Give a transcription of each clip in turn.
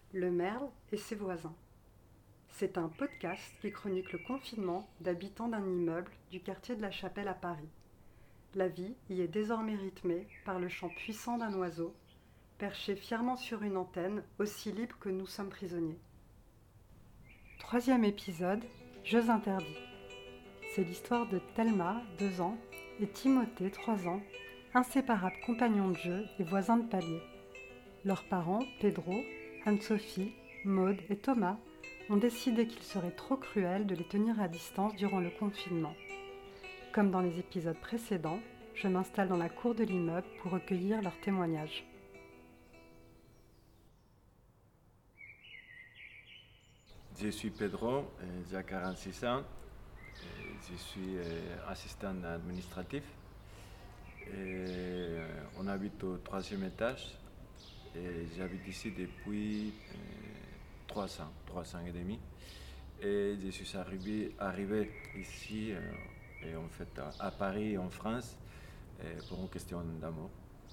Le Merle et ses voisins. C'est un podcast qui chronique le confinement d'habitants d'un immeuble du quartier de la Chapelle à Paris. La vie y est désormais rythmée par le chant puissant d'un oiseau, perché fièrement sur une antenne, aussi libre que nous sommes prisonniers. 3e épisode, Jeux interdits. C'est l'histoire de Thelma, 2 ans, et Timothée, 3 ans, inséparables compagnons de jeu et voisins de palier. Leurs parents, Pedro, Anne-Sophie, Maude et Thomas, ont décidé qu'il serait trop cruel de les tenir à distance durant le confinement. Comme dans les épisodes précédents, je m'installe dans la cour de l'immeuble pour recueillir leurs témoignages. Je suis Pedro, j'ai 46 ans, je suis assistant administratif. On habite au 3e étage et j'habite ici depuis 3 ans et demi. Et je suis arrivé ici, et en fait à Paris, en France, pour une question d'amour.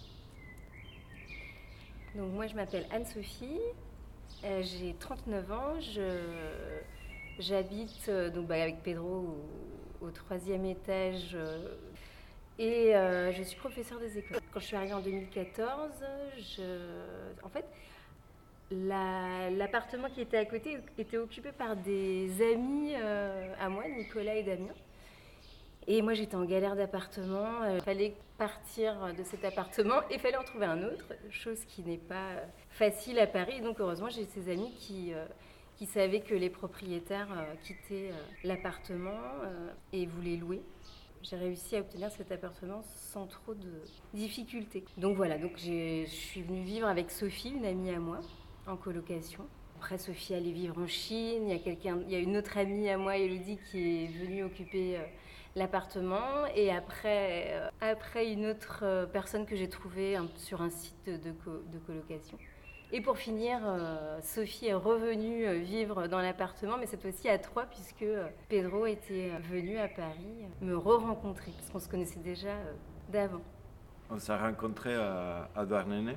Donc moi je m'appelle Anne-Sophie, j'ai 39 ans, j'habite avec Pedro au 3e étage et je suis professeure des écoles. Quand je suis arrivée en 2014, en fait l'appartement qui était à côté était occupé par des amis à moi, Nicolas et Damien. Et moi j'étais en galère d'appartement, il fallait partir de cet appartement et il fallait en trouver un autre, chose qui n'est pas facile à Paris. Donc heureusement j'ai ces amis qui savaient que les propriétaires quittaient l'appartement et voulaient louer. J'ai réussi à obtenir cet appartement sans trop de difficultés. Donc voilà, je suis venue vivre avec Sophie, une amie à moi, en colocation. Après, Sophie allait vivre en Chine. Il y a une autre amie à moi, Elodie, qui est venue occuper l'appartement. Et après une autre personne que j'ai trouvée sur un site de colocation. Et pour finir, Sophie est revenue vivre dans l'appartement, mais cette fois-ci à 3, puisque Pedro était venu à Paris me re-rencontrer, parce qu'on se connaissait déjà d'avant. On s'est rencontrés à Douarnenez.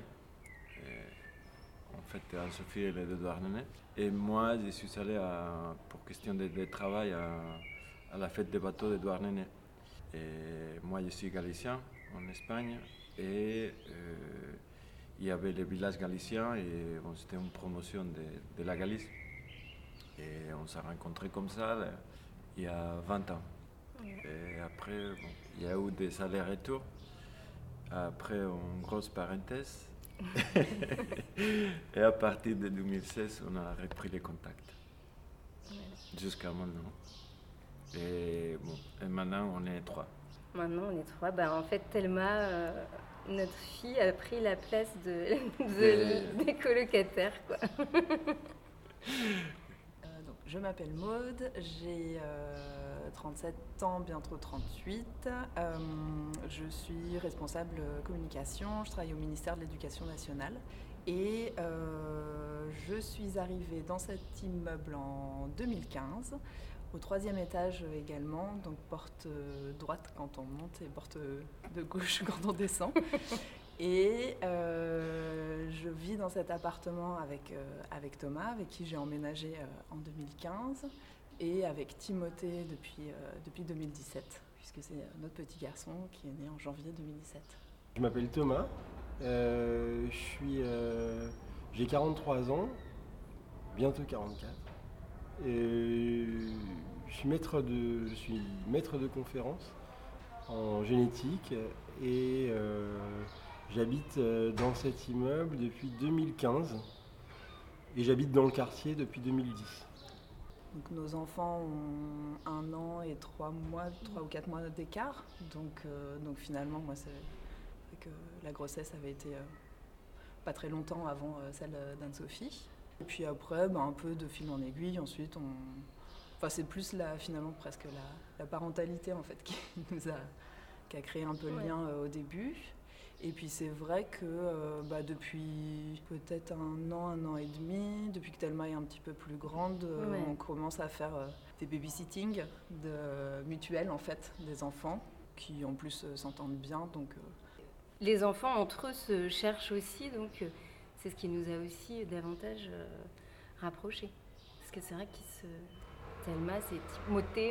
En fait, Anne-Sophie, elle est de Douarnenez. Et moi, je suis allé pour question de travail à la fête des bateaux de Douarnenez. Et moi, je suis galicien en Espagne. Et il y avait les villages galiciens et c'était une promotion de la Galice. Et on s'est rencontrés comme ça il y a 20 ans. Et après, il y a eu des allers-retours. Après, une grosse parenthèse. Et à partir de 2016, on a repris les contacts. Jusqu'à maintenant. Et maintenant, on est 3. Maintenant, on est 3. En fait, Thelma, notre fille, a pris la place des colocataires, quoi. Je m'appelle Maude, j'ai 37 ans, bientôt 38. Je suis responsable communication, je travaille au ministère de l'Éducation nationale. Et je suis arrivée dans cet immeuble en 2015, au 3e étage également, donc porte droite quand on monte et porte de gauche quand on descend. Et je vis dans cet appartement avec Thomas, avec qui j'ai emménagé en 2015, et avec Timothée depuis 2017, puisque c'est notre petit garçon qui est né en janvier 2017. Je m'appelle Thomas, j'ai 43 ans, bientôt 44. Et je suis maître de conférence en génétique et j'habite dans cet immeuble depuis 2015 et j'habite dans le quartier depuis 2010. Donc nos enfants ont 1 an et 3 ou 4 mois d'écart. Donc finalement, moi, c'est vrai que la grossesse avait été pas très longtemps avant celle d'Anne-Sophie. Et puis après, un peu de fil en aiguille. Ensuite, c'est plus finalement presque la parentalité en fait qui a créé un peu le lien au début. Et puis c'est vrai que depuis peut-être 1 an et demi, depuis que Thelma est un petit peu plus grande, on commence à faire des babysitting mutuels en fait, des enfants qui en plus s'entendent bien. Donc, Les enfants entre eux se cherchent aussi, donc c'est ce qui nous a aussi davantage rapprochés. Parce que c'est vrai Thelma, c'est type moté.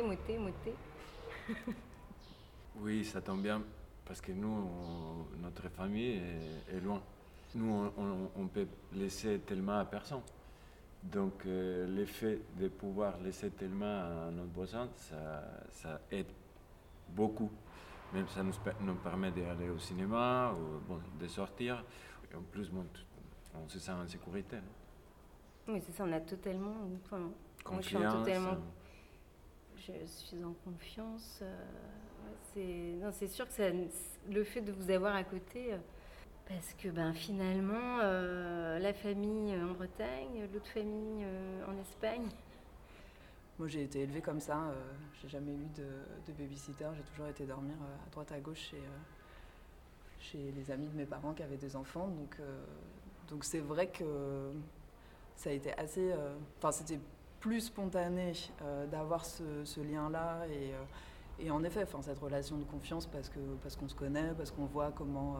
Oui, ça tombe bien parce que nous, notre famille est loin. Nous, on peut laisser Thelma à personne. Donc, l'effet de pouvoir laisser Thelma à notre voisin, ça aide beaucoup. Même ça nous permet d'aller au cinéma, de sortir. Et en plus, on se sent en sécurité. Oui, c'est ça, on a totalement... Confiance. Je suis en confiance. C'est sûr que le fait de vous avoir à côté, parce que finalement, la famille en Bretagne, l'autre famille en Espagne. Moi, j'ai été élevée comme ça. J'ai jamais eu de babysitter. J'ai toujours été dormir à droite à gauche chez les amis de mes parents qui avaient des enfants. Donc c'est vrai que ça a été assez... c'était plus spontané d'avoir ce lien-là et en effet, cette relation de confiance parce qu'on se connaît, parce qu'on voit comment...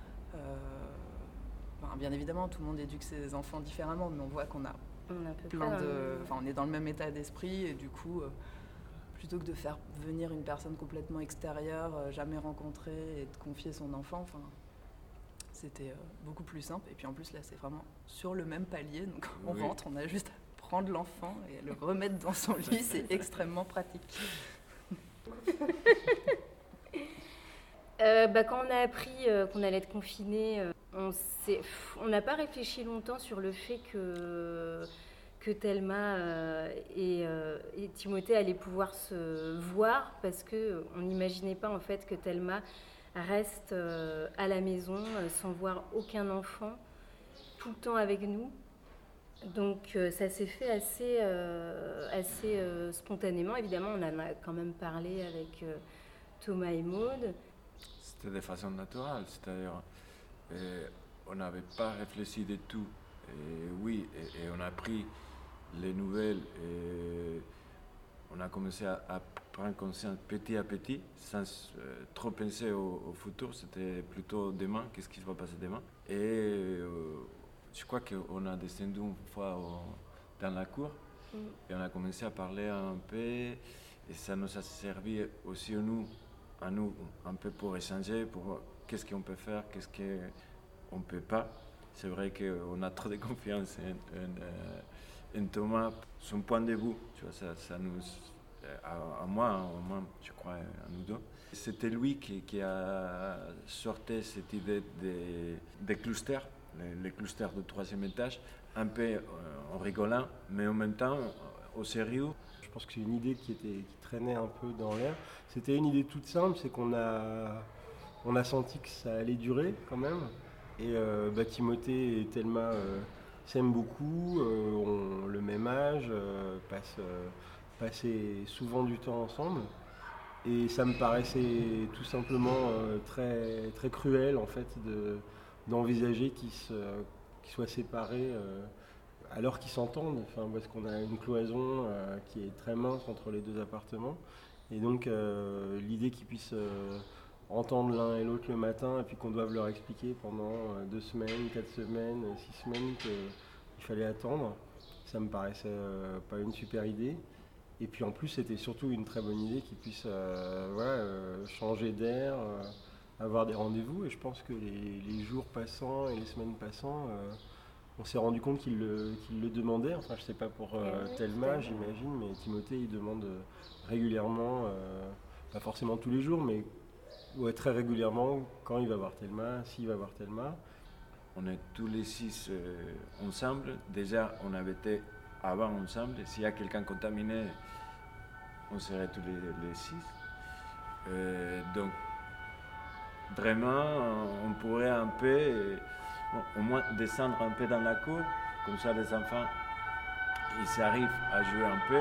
bien évidemment, tout le monde éduque ses enfants différemment, mais on voit qu'on a on est dans le même état d'esprit et du coup, plutôt que de faire venir une personne complètement extérieure, jamais rencontrée et de confier son enfant, c'était beaucoup plus simple. Et puis en plus, là, c'est vraiment sur le même palier, donc on rentre, on a juste à prendre l'enfant et à le remettre dans son lit, c'est extrêmement pratique. Quand on a appris qu'on allait être confinés, on n'a pas réfléchi longtemps sur le fait que Thelma et Timothée allaient pouvoir se voir, parce qu'on n'imaginait pas en fait que Thelma reste à la maison sans voir aucun enfant tout le temps avec nous. Donc ça s'est fait assez spontanément. Évidemment, on en a quand même parlé avec Thomas et Maude. C'était de façon naturelle, c'est-à-dire on n'avait pas réfléchi du tout. Et on a pris les nouvelles et on a commencé à prendre conscience petit à petit, sans trop penser au futur. C'était plutôt demain, qu'est-ce qui va passer demain. Et je crois qu'on a descendu une fois dans la cour et on a commencé à parler un peu et ça nous a servi aussi à nous un peu pour échanger, pour voir qu'est-ce qu'on peut faire, qu'est-ce qu'on ne peut pas. C'est vrai qu'on a trop de confiance en Thomas, son point de vue, tu vois, ça nous, à moi, je crois, à nous deux. C'était lui qui a sorti cette idée des clusters, les clusters de 3e étage, un peu en rigolant, mais en même temps au sérieux. Je pense que c'est une idée qui traînait un peu dans l'air. C'était une idée toute simple, c'est qu'on a senti que ça allait durer quand même. Et Timothée et Thelma s'aiment beaucoup, ont le même âge, passaient souvent du temps ensemble. Et ça me paraissait tout simplement très, très cruel en fait d'envisager qu'ils soient séparés alors qu'ils s'entendent, parce qu'on a une cloison qui est très mince entre les deux appartements. Et donc l'idée qu'ils puissent entendre l'un et l'autre le matin et puis qu'on doive leur expliquer pendant 2 semaines, 4 semaines, 6 semaines qu'il fallait attendre, ça me paraissait pas une super idée. Et puis en plus c'était surtout une très bonne idée qu'ils puissent changer d'air, avoir des rendez-vous. Et je pense que les jours passant et les semaines passant, on s'est rendu compte qu'ils le demandaient. Enfin, je sais pas pour Thelma, j'imagine, mais Timothée, il demande régulièrement, pas forcément tous les jours, mais très régulièrement, quand il va voir Thelma, s'il va voir Thelma. On est tous les 6 ensemble. Déjà, on avait été avant ensemble. S'il y a quelqu'un contaminé, on serait tous les 6. Donc, vraiment, on pourrait un peu... au moins descendre un peu dans la cour, comme ça les enfants ils arrivent à jouer un peu,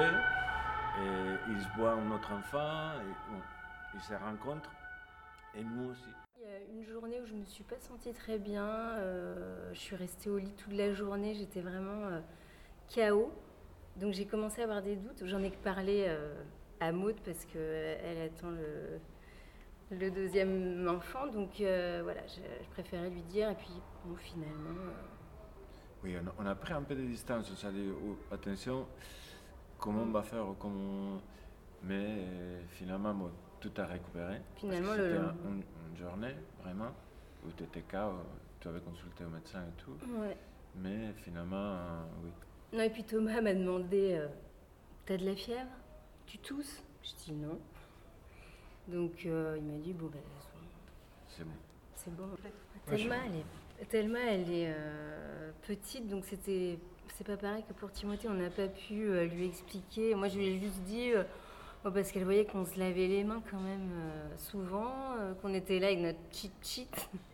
et ils voient un autre enfant, et, ils se rencontrent, et nous aussi. Il y a une journée où je ne me suis pas sentie très bien, je suis restée au lit toute la journée, j'étais vraiment KO, donc j'ai commencé à avoir des doutes. J'en ai parlé à Maude parce qu'elle attend le 2e enfant, donc je préférais lui dire, et puis finalement Oui, on a pris un peu de distance, on s'est dit, oh, attention, comment on va faire, mais finalement, bon, tout a récupéré. Finalement, parce que c'était une journée, vraiment, où tu étais cas, tu avais consulté au médecin et tout. Ouais. Mais finalement, oui. Non, et puis Thomas m'a demandé, t'as de la fièvre? Tu tousses? Je dis non. Donc il m'a dit, bon, ben, C'est bon. c'est bon. Ouais, Thelma, elle est petite, donc c'est pas pareil que pour Timothée, on n'a pas pu lui expliquer. Moi, je lui ai juste dit, parce qu'elle voyait qu'on se lavait les mains quand même souvent, qu'on était là avec notre cheat.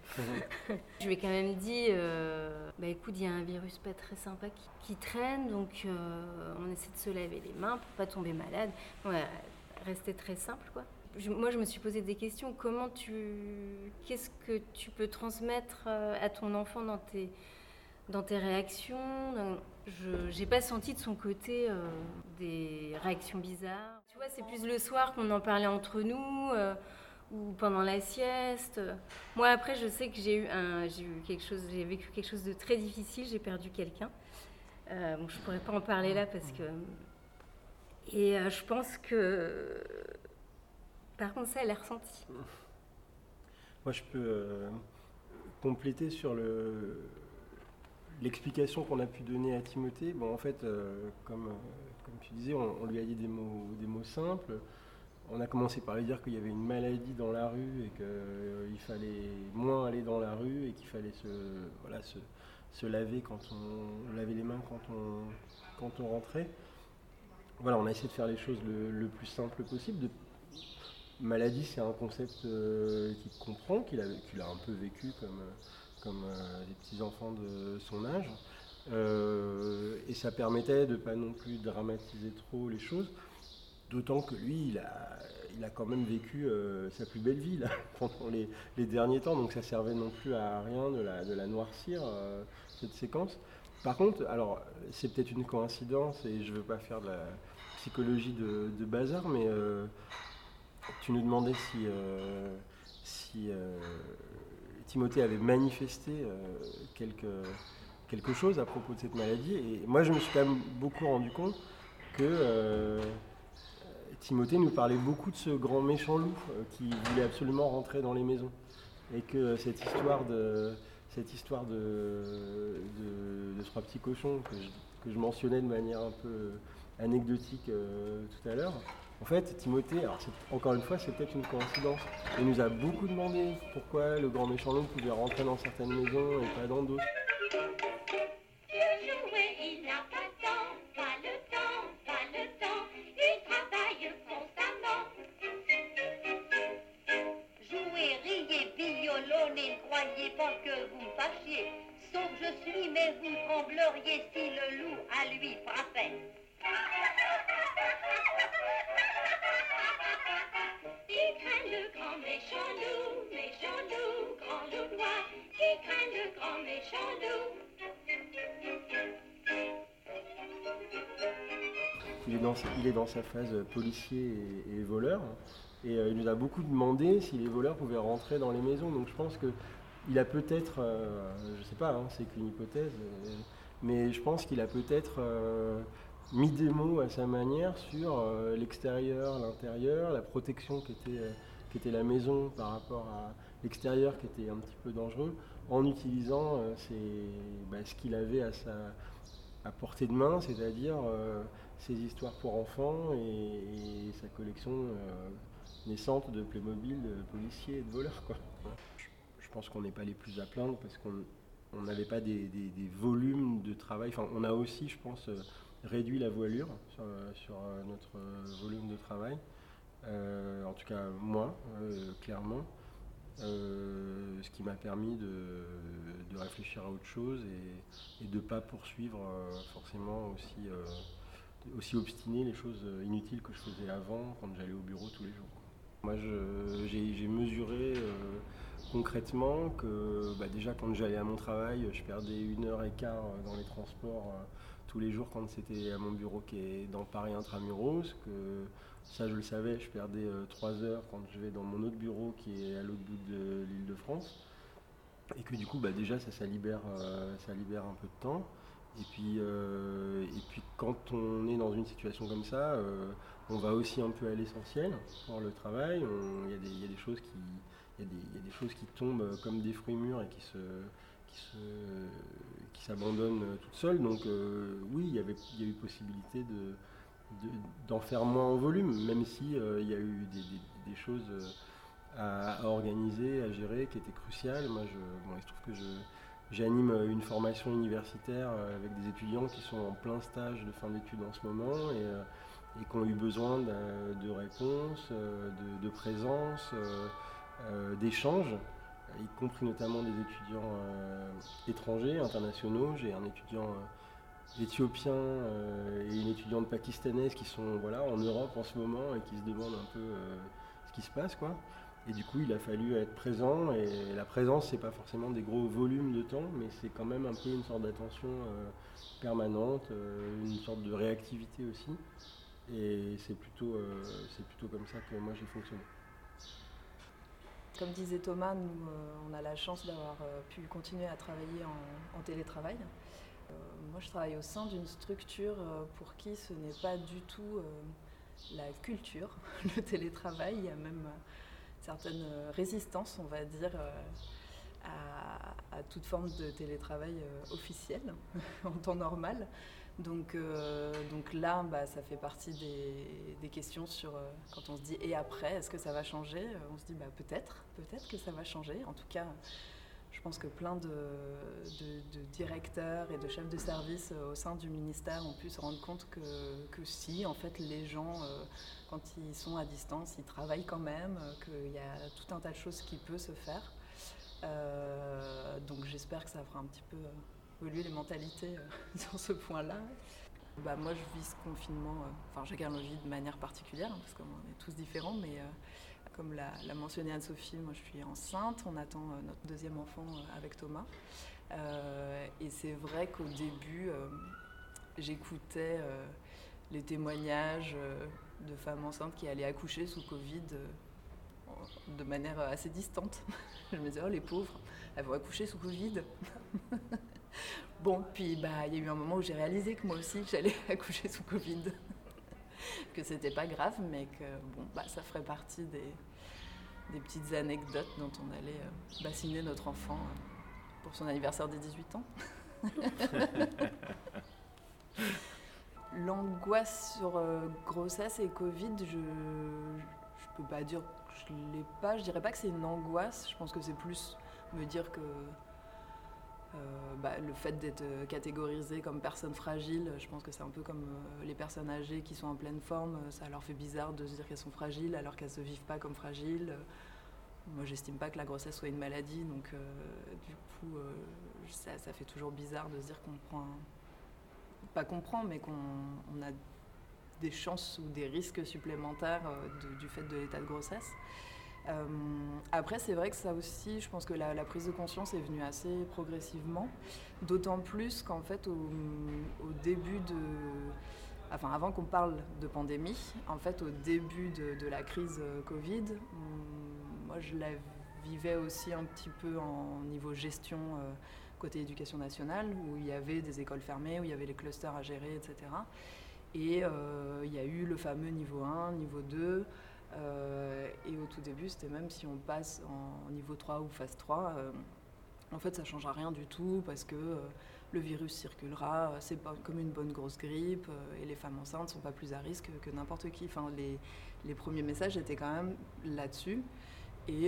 Je lui ai quand même dit, bah écoute, il y a un virus pas très sympa qui traîne, donc on essaie de se laver les mains pour pas tomber malade. Ouais, rester très simple, quoi. Moi, je me suis posé des questions. Qu'est-ce que tu peux transmettre à ton enfant dans tes réactions? J'ai pas senti de son côté des réactions bizarres. Tu vois, c'est plus le soir qu'on en parlait entre nous ou pendant la sieste. Moi, après, je sais que j'ai vécu quelque chose de très difficile. J'ai perdu quelqu'un. Bon, je pourrais pas en parler là parce que. Et je pense que. Par contre, ça, elle l'a ressenti. Moi, je peux compléter sur l'explication qu'on a pu donner à Timothée. Bon, en fait, comme tu disais, on lui a dit des mots simples. On a commencé par lui dire qu'il y avait une maladie dans la rue et qu'il fallait moins aller dans la rue et qu'il fallait se laver laver les mains quand on rentrait. Voilà, on a essayé de faire les choses le plus simple possible. Maladie, c'est un concept qu'il comprend, qu'il a un peu vécu comme les petits-enfants de son âge. Et ça permettait de ne pas non plus dramatiser trop les choses, d'autant que lui, il a quand même vécu sa plus belle vie là, pendant les derniers temps, donc ça servait non plus à rien de la noircir, cette séquence. Par contre, alors c'est peut-être une coïncidence et je ne veux pas faire de la psychologie de bazar, mais tu nous demandais si Timothée avait manifesté quelque chose à propos de cette maladie. Et moi, je me suis quand même beaucoup rendu compte que Timothée nous parlait beaucoup de ce grand méchant loup qui voulait absolument rentrer dans les maisons. Et que cette histoire de trois petits cochons que je mentionnais de manière un peu anecdotique tout à l'heure, en fait, Timothée, alors encore une fois, c'est peut-être une coïncidence, il nous a beaucoup demandé pourquoi le grand méchant loup pouvait rentrer dans certaines maisons et pas dans d'autres. Jouez, riez, violonnez, ne croyez pas que vous me fâchiez. Sauf je suis, mais vous trembleriez si le loup à lui frappait. Qui craint le grand méchant loup, grand loup noir. Qui craint le grand méchant loup. Il est dans sa phase policier et voleur. Et il nous a beaucoup demandé si les voleurs pouvaient rentrer dans les maisons. Donc je pense qu'il a peut-être, je ne sais pas, hein, c'est qu'une hypothèse, mais je pense qu'il a peut-être mis des mots à sa manière sur l'extérieur, l'intérieur, la protection qu'était la maison par rapport à l'extérieur qui était un petit peu dangereux, en utilisant ce qu'il avait à portée de main, c'est-à-dire ses histoires pour enfants et sa collection naissante de Playmobil, de policiers et de voleurs, quoi. Je pense qu'on n'est pas les plus à plaindre parce qu'on n'avait pas des volumes de travail. Enfin, on a aussi, je pense, réduit la voilure sur notre volume de travail. En tout cas, moi, clairement. Ce qui m'a permis de réfléchir à autre chose et de ne pas poursuivre forcément aussi obstiné les choses inutiles que je faisais avant quand j'allais au bureau tous les jours. Moi, j'ai mesuré concrètement que déjà quand j'allais à mon travail, je perdais 1h15 dans les transports tous les jours quand c'était à mon bureau qui est dans Paris Intramuros, que ça je le savais, je perdais 3 heures quand je vais dans mon autre bureau qui est à l'autre bout de l'Île-de-France, et que du coup déjà ça libère un peu de temps. Et puis quand on est dans une situation comme ça, on va aussi un peu à l'essentiel pour le travail. Il y a des choses qui tombent comme des fruits mûrs et qui s'abandonnent toutes seules. Donc oui, il y a eu possibilité d'en faire moins en volume, même si il y a eu des choses à organiser, à gérer, qui étaient cruciales. Moi, il se trouve que j'anime une formation universitaire avec des étudiants qui sont en plein stage de fin d'études en ce moment et qui ont eu besoin de réponses, de présence, d'échanges, y compris notamment des étudiants étrangers, internationaux. J'ai un étudiant éthiopien et une étudiante pakistanaise qui sont en Europe en ce moment et qui se demandent un peu ce qui se passe, quoi. Et du coup, il a fallu être présent, et la présence, c'est pas forcément des gros volumes de temps, mais c'est quand même un peu une sorte d'attention permanente, une sorte de réactivité aussi. Et c'est plutôt comme ça que moi j'ai fonctionné. Comme disait Thomas, nous, on a la chance d'avoir pu continuer à travailler en télétravail. Moi, je travaille au sein d'une structure pour qui ce n'est pas du tout la culture, le télétravail. Il y a même certaines résistances, on va dire, à toute forme de télétravail officiel en temps normal. Donc là, ça fait partie des questions sur quand on se dit et après, est-ce que ça va changer ? On se dit peut-être que ça va changer. En tout cas, je pense que plein de directeurs et de chefs de service au sein du ministère ont pu se rendre compte que si, en fait, les gens, quand ils sont à distance, ils travaillent quand même, qu'il y a tout un tas de choses qui peuvent se faire. Donc j'espère que ça fera un petit peu évoluer les mentalités sur ce point-là. Moi, je vis ce confinement, chacun le vit de manière particulière, hein, parce qu'on est tous différents, mais comme l'a mentionné Anne-Sophie, moi je suis enceinte, on attend notre deuxième enfant avec Thomas. Et c'est vrai qu'au début, j'écoutais les témoignages de femmes enceintes qui allaient accoucher sous Covid de manière assez distante. Je me disais, oh les pauvres, elles vont accoucher sous Covid. Bon, puis il y a eu un moment où j'ai réalisé que moi aussi j'allais accoucher sous Covid. Que c'était pas grave, mais que ça ferait partie des petites anecdotes dont on allait bassiner notre enfant pour son anniversaire des 18 ans. L'angoisse sur grossesse et Covid, je peux pas dire que je l'ai pas. Je dirais pas que c'est une angoisse. Je pense que c'est plus me dire que le fait d'être catégorisée comme personne fragile, je pense que c'est un peu comme les personnes âgées qui sont en pleine forme. Ça leur fait bizarre de se dire qu'elles sont fragiles alors qu'elles ne se vivent pas comme fragiles. Moi, j'estime pas que la grossesse soit une maladie, donc du coup, ça fait toujours bizarre de se dire qu'on prend, mais qu'on a des chances ou des risques supplémentaires du fait de l'état de grossesse. Après, c'est vrai que ça aussi, je pense que la prise de conscience est venue assez progressivement, d'autant plus qu'en fait, au début avant qu'on parle de pandémie, en fait, au début de la crise Covid, moi, je la vivais aussi un petit peu en niveau gestion côté éducation nationale, où il y avait des écoles fermées, où il y avait les clusters à gérer, etc. Et il y a eu le fameux niveau 1, niveau 2, et au tout début, c'était même si on passe en niveau 3 ou phase 3, en fait, ça ne changera rien du tout parce que le virus circulera, c'est pas comme une bonne grosse grippe, et les femmes enceintes ne sont pas plus à risque que n'importe qui. Enfin, les premiers messages étaient quand même là-dessus. Et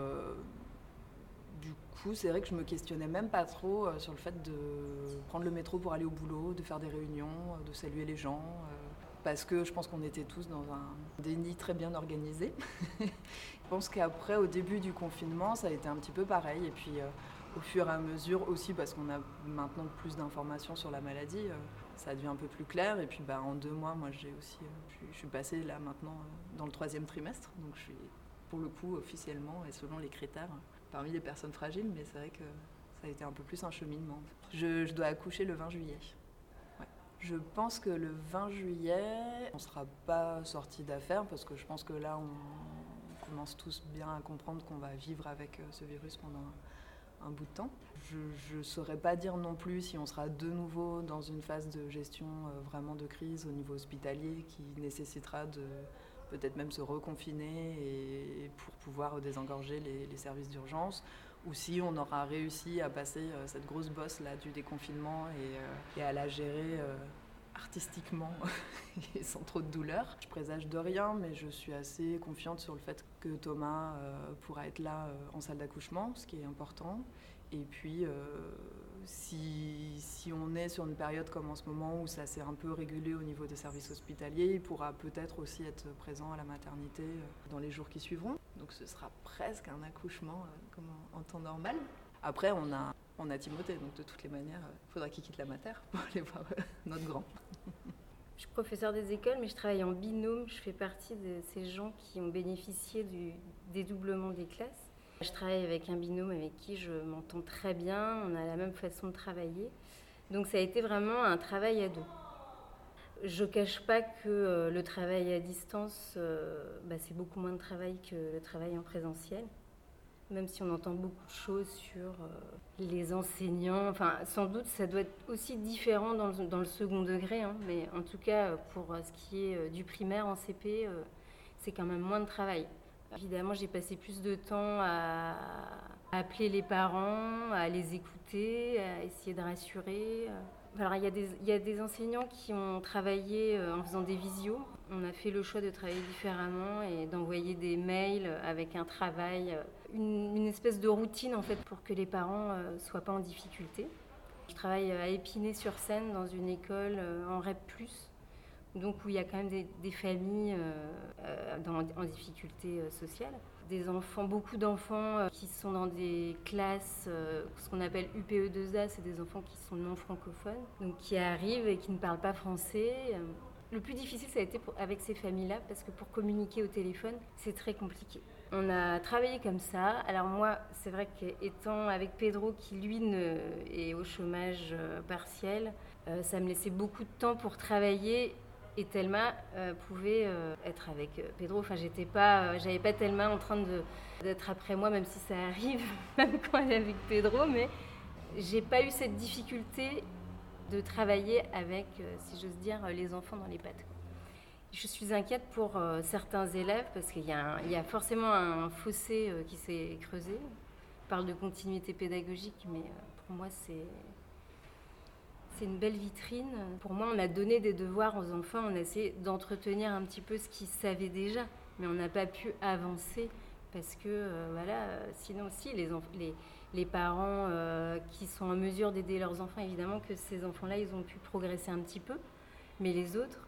du coup, c'est vrai que je me questionnais même pas trop sur le fait de prendre le métro pour aller au boulot, de faire des réunions, de saluer les gens. Parce que je pense qu'on était tous dans un déni très bien organisé. Je pense qu'après, au début du confinement, ça a été un petit peu pareil. Et puis, au fur et à mesure aussi, parce qu'on a maintenant plus d'informations sur la maladie, ça devient un peu plus clair. Et puis, en 2 mois, moi, je suis passée là maintenant dans le 3e trimestre. Donc, je suis, pour le coup, officiellement et selon les critères, parmi les personnes fragiles. Mais c'est vrai que ça a été un peu plus un cheminement. Je dois accoucher le 20 juillet. Je pense que le 20 juillet, on ne sera pas sortis d'affaire parce que je pense que là, on commence tous bien à comprendre qu'on va vivre avec ce virus pendant un bout de temps. Je ne saurais pas dire non plus si on sera de nouveau dans une phase de gestion vraiment de crise au niveau hospitalier qui nécessitera de peut-être même se reconfiner et pour pouvoir désengorger les services d'urgence, ou si on aura réussi à passer cette grosse bosse là du déconfinement et à la gérer artistiquement et sans trop de douleur. Je présage de rien, mais je suis assez confiante sur le fait que Thomas pourra être là en salle d'accouchement, ce qui est important. Et puis, si on est sur une période comme en ce moment où ça s'est un peu régulé au niveau des services hospitaliers, il pourra peut-être aussi être présent à la maternité dans les jours qui suivront. Donc ce sera presque un accouchement comme en temps normal. Après, on a Timothée, donc de toutes les manières, il faudra qu'il quitte la mater pour aller voir notre grand. Je suis professeure des écoles, mais je travaille en binôme. Je fais partie de ces gens qui ont bénéficié du dédoublement des classes. Je travaille avec un binôme avec qui je m'entends très bien, on a la même façon de travailler. Donc ça a été vraiment un travail à deux. Je ne cache pas que le travail à distance, c'est beaucoup moins de travail que le travail en présentiel. Même si on entend beaucoup de choses sur les enseignants. Enfin, sans doute, ça doit être aussi différent dans le second degré. Mais en tout cas, pour ce qui est du primaire en CP, c'est quand même moins de travail. Évidemment, j'ai passé plus de temps à appeler les parents, à les écouter, à essayer de rassurer. Alors, il y a des enseignants qui ont travaillé en faisant des visios. On a fait le choix de travailler différemment et d'envoyer des mails avec un travail, une espèce de routine en fait pour que les parents ne soient pas en difficulté. Je travaille à Épinay-sur-Seine dans une école en REP+, donc où il y a quand même des familles en difficulté sociale. Des enfants, beaucoup d'enfants qui sont dans des classes, ce qu'on appelle UPE2A, c'est des enfants qui sont non francophones, donc qui arrivent et qui ne parlent pas français. Le plus difficile, ça a été avec ces familles-là, parce que pour communiquer au téléphone, c'est très compliqué. On a travaillé comme ça. Alors moi, c'est vrai qu'étant avec Pedro, qui lui est au chômage partiel, ça me laissait beaucoup de temps pour travailler. Et Thelma pouvait être avec Pedro. Enfin, j'avais pas Thelma en train d'être après moi, même si ça arrive, même quand elle est avec Pedro. Mais j'ai pas eu cette difficulté de travailler avec, si j'ose dire, les enfants dans les pattes. Je suis inquiète pour certains élèves parce qu'il y a forcément un fossé qui s'est creusé. On parle de continuité pédagogique, mais pour moi, c'est une belle vitrine. Pour moi, on a donné des devoirs aux enfants, on a essayé d'entretenir un petit peu ce qu'ils savaient déjà, mais on n'a pas pu avancer parce que, sinon, si, les parents qui sont en mesure d'aider leurs enfants, évidemment que ces enfants-là, ils ont pu progresser un petit peu, mais les autres,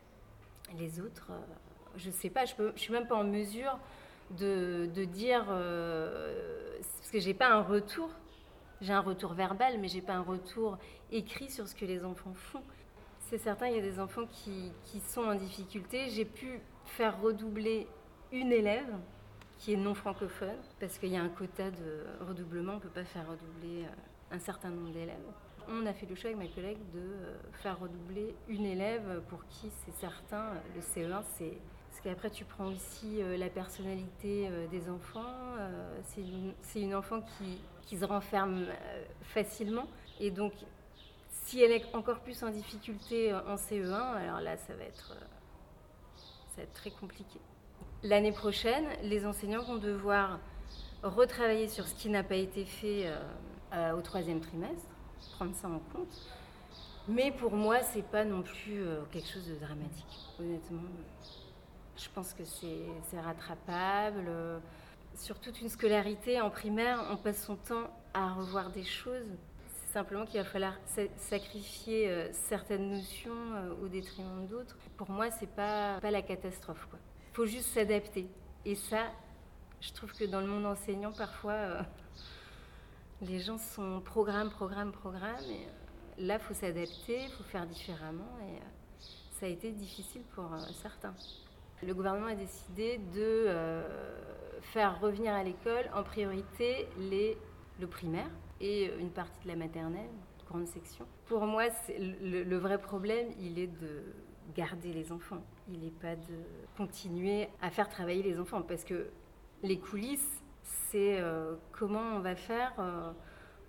je ne sais pas, je suis même pas en mesure de dire, parce que j'ai pas un retour. J'ai un retour verbal, mais j'ai pas un retour écrit sur ce que les enfants font. C'est certain, il y a des enfants qui sont en difficulté. J'ai pu faire redoubler une élève qui est non francophone, parce qu'il y a un quota de redoublement, on ne peut pas faire redoubler un certain nombre d'élèves. On a fait le choix avec ma collègue de faire redoubler une élève pour qui c'est certain, le CE1, c'est... Parce qu'après, tu prends aussi la personnalité des enfants. C'est une enfant qui se renferme facilement. Et donc, si elle est encore plus en difficulté en CE1, alors là, ça va être très compliqué. L'année prochaine, les enseignants vont devoir retravailler sur ce qui n'a pas été fait au 3e trimestre, prendre ça en compte. Mais pour moi, c'est pas non plus quelque chose de dramatique, honnêtement. Je pense que c'est rattrapable. Sur toute une scolarité en primaire, on passe son temps à revoir des choses. C'est simplement qu'il va falloir sacrifier certaines notions au détriment d'autres. Pour moi, c'est pas la catastrophe, quoi. Il faut juste s'adapter. Et ça, je trouve que dans le monde enseignant, parfois, les gens sont programme. Et là, il faut s'adapter, il faut faire différemment. Et ça a été difficile pour certains. Le gouvernement a décidé de faire revenir à l'école en priorité le primaire et une partie de la maternelle, grande section. Pour moi, le vrai problème, il est de garder les enfants. Il n'est pas de continuer à faire travailler les enfants parce que les coulisses, c'est comment on va faire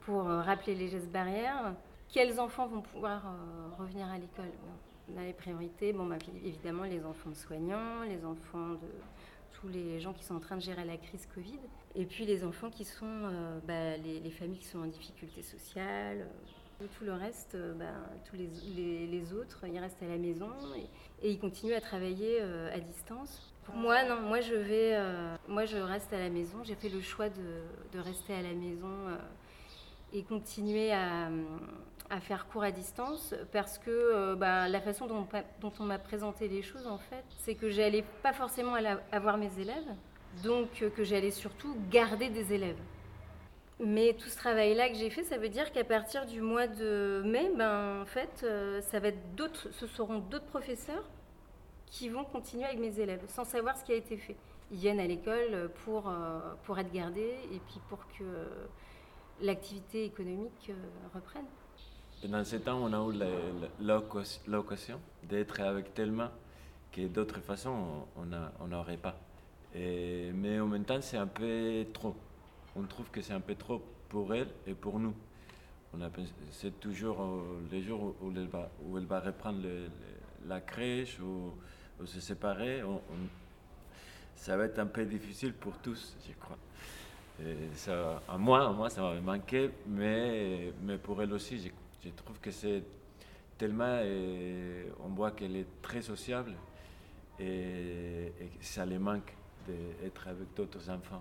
pour rappeler les gestes barrières. Quels enfants vont pouvoir revenir à l'école? On a les priorités, évidemment les enfants de soignants, les enfants de tous les gens qui sont en train de gérer la crise Covid, et puis les enfants qui sont, les familles qui sont en difficulté sociale. Tout le reste, tous les autres, ils restent à la maison et ils continuent à travailler à distance. Pour moi, non, moi je reste à la maison. J'ai fait le choix de rester à la maison et continuer à faire cours à distance parce que la façon dont on m'a présenté les choses, en fait, c'est que j'allais pas forcément avoir mes élèves, donc que j'allais surtout garder des élèves. Mais tout ce travail-là que j'ai fait, ça veut dire qu'à partir du mois de mai, en fait, ce seront d'autres professeurs qui vont continuer avec mes élèves, sans savoir ce qui a été fait. Ils viennent à l'école pour être gardés et puis pour que l'activité économique reprenne. Pendant ce temps, on a eu l'occasion d'être avec Thelma que d'autres façons, on n'aurait pas. Mais en même temps, c'est un peu trop. On trouve que c'est un peu trop pour elle et pour nous. C'est toujours les jours où elle va reprendre la crèche ou se séparer. Ça va être un peu difficile pour tous, je crois. À moi, ça va manquer, mais pour elle aussi, je trouve que c'est tellement... on voit qu'elle est très sociable et ça lui manque d'être avec d'autres enfants.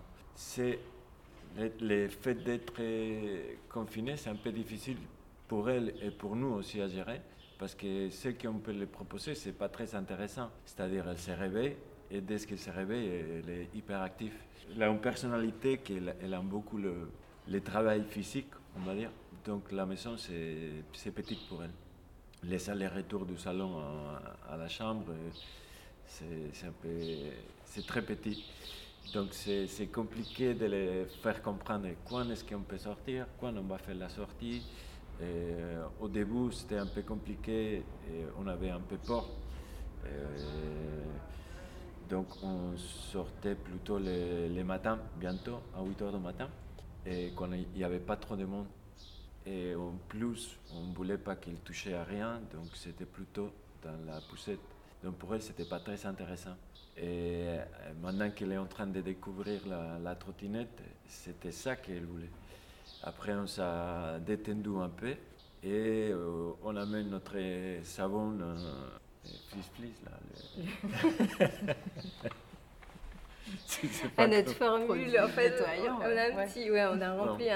Le fait d'être confiné, c'est un peu difficile pour elle et pour nous aussi à gérer, parce que ce qu'on peut lui proposer, c'est pas très intéressant. C'est-à-dire, elle se réveille, et dès qu'elle se réveille, elle est hyper active. Elle a une personnalité qu'elle aime beaucoup le travail physique, on va dire. Donc la maison, c'est petite pour elle. Les allers-retours du salon à la chambre, c'est très petit. Donc c'est compliqué de les faire comprendre quand est-ce qu'on peut sortir, quand on va faire la sortie. Au début, c'était un peu compliqué, et on avait un peu peur. Donc on sortait plutôt les matins, bientôt, à 8h du matin, et quand il n'y avait pas trop de monde. Et en plus, on ne voulait pas qu'il touchait à rien, donc c'était plutôt dans la poussette. Donc pour elle, ce n'était pas très intéressant. Et maintenant qu'elle est en train de découvrir la trottinette, c'était ça qu'elle voulait. Après, on s'est détendu un peu et on amène notre savon flis là. À notre formule, en fait, nettoyant, on a rempli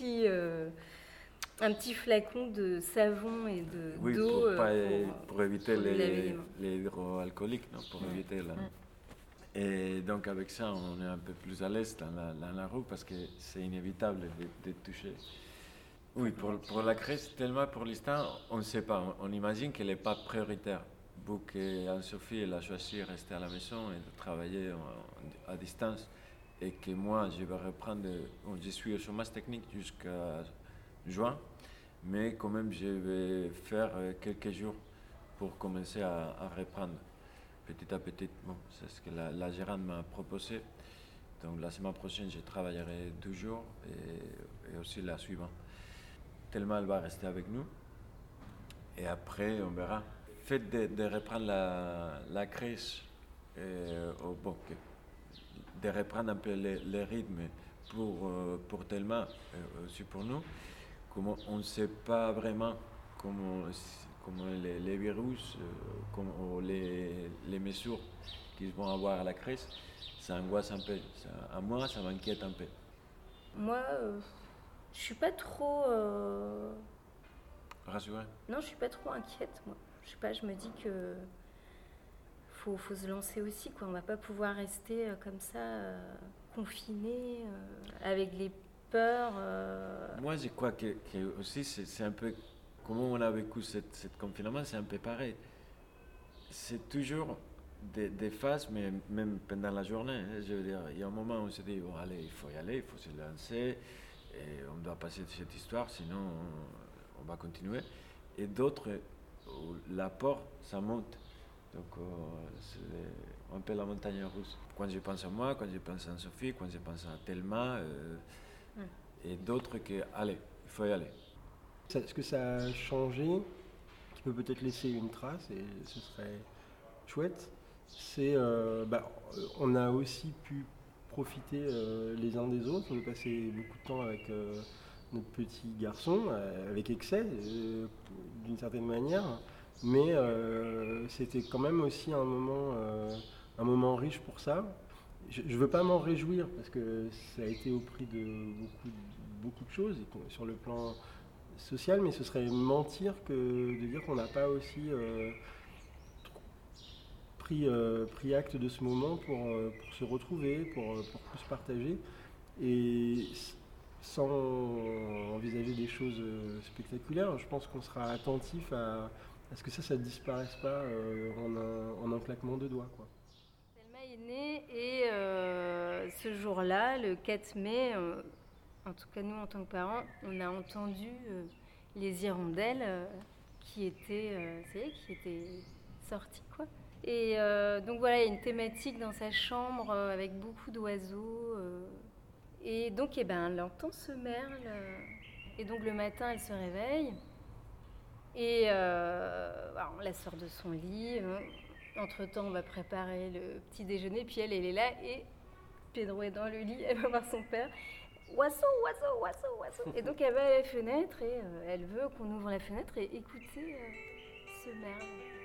un petit flacon de savon et d'eau pour éviter les les hydroalcooliques, non, pour éviter là. Et donc avec ça, on est un peu plus à l'aise dans la rue parce que c'est inévitable de toucher. Oui, pour la crèche, tellement pour l'instant, on ne sait pas. On imagine qu'elle n'est pas prioritaire. Vu qu'Anne-Sophie elle a choisi de rester à la maison et de travailler à distance, et que moi, je vais reprendre. Je suis au chômage technique jusqu'à juin, mais quand même, je vais faire quelques jours pour commencer à reprendre. Petit à petit, c'est ce que la gérante m'a proposé. Donc la semaine prochaine, je travaillerai 2 jours et aussi la suivante. Tellement elle va rester avec nous. Et après, on verra. Le fait de reprendre la crèche, de reprendre un peu le rythme pour Thelma, aussi pour nous, comme on ne sait pas vraiment comment les virus, les mesures qu'ils vont avoir à la crèche, ça angoisse un peu. À moi, ça m'inquiète un peu. Moi, je suis pas trop... Rassurée? Non, je suis pas trop inquiète, moi. Je sais pas, je me dis que faut se lancer aussi, quoi. On va pas pouvoir rester comme ça, confiné, avec les peurs. Moi, je crois que aussi, c'est un peu... Comment on a vécu ce confinement, c'est un peu pareil. C'est toujours des phases, mais même pendant la journée. Hein, je veux dire, il y a un moment où on se dit, bon, allez, il faut y aller, il faut se lancer, et on doit passer cette histoire, sinon on va continuer. Et d'autres, où la peur, ça monte. Donc, c'est un peu la montagne russe. Quand je pense à moi, quand je pense à Sophie, quand je pense à Thelma, et d'autres que, allez, il il faut y aller. Ce que ça a changé, qui peut peut-être laisser une trace, et ce serait chouette, c'est on a aussi pu profiter les uns des autres, de passer beaucoup de temps avec notre petit garçon, avec excès d'une certaine manière, mais c'était quand même aussi un moment riche pour ça. Je ne veux pas m'en réjouir parce que ça a été au prix de beaucoup de choses sur le plan social, mais ce serait mentir que de dire qu'on n'a pas aussi pris acte de ce moment pour se retrouver, pour plus partager, et sans envisager des choses spectaculaires. Je pense qu'on sera attentif à ce que ça ne disparaisse pas en un claquement de doigts, quoi. Selma est née et ce jour-là, le 4 mai, en tout cas nous en tant que parents, on a entendu les hirondelles qui étaient sorties, quoi. Et donc voilà, il y a une thématique dans sa chambre avec beaucoup d'oiseaux. Et donc elle entend ce merle. Et donc le matin, elle se réveille. Et on la sort de son lit. Entre-temps, on va préparer le petit déjeuner. Puis elle est là et Pedro est dans le lit. Elle va voir son père. Oiseau, oiseau, oiseau, oiseau. Et donc elle va à la fenêtre et elle veut qu'on ouvre la fenêtre et écouter ce merle.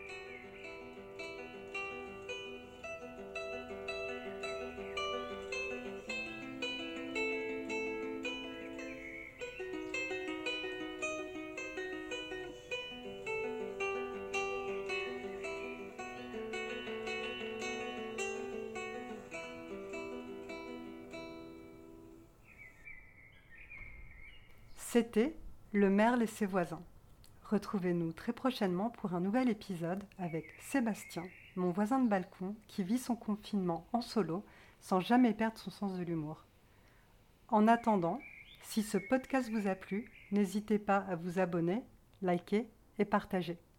C'était Le merle et ses voisins. Retrouvez-nous très prochainement pour un nouvel épisode avec Sébastien, mon voisin de balcon qui vit son confinement en solo sans jamais perdre son sens de l'humour. En attendant, si ce podcast vous a plu, n'hésitez pas à vous abonner, liker et partager.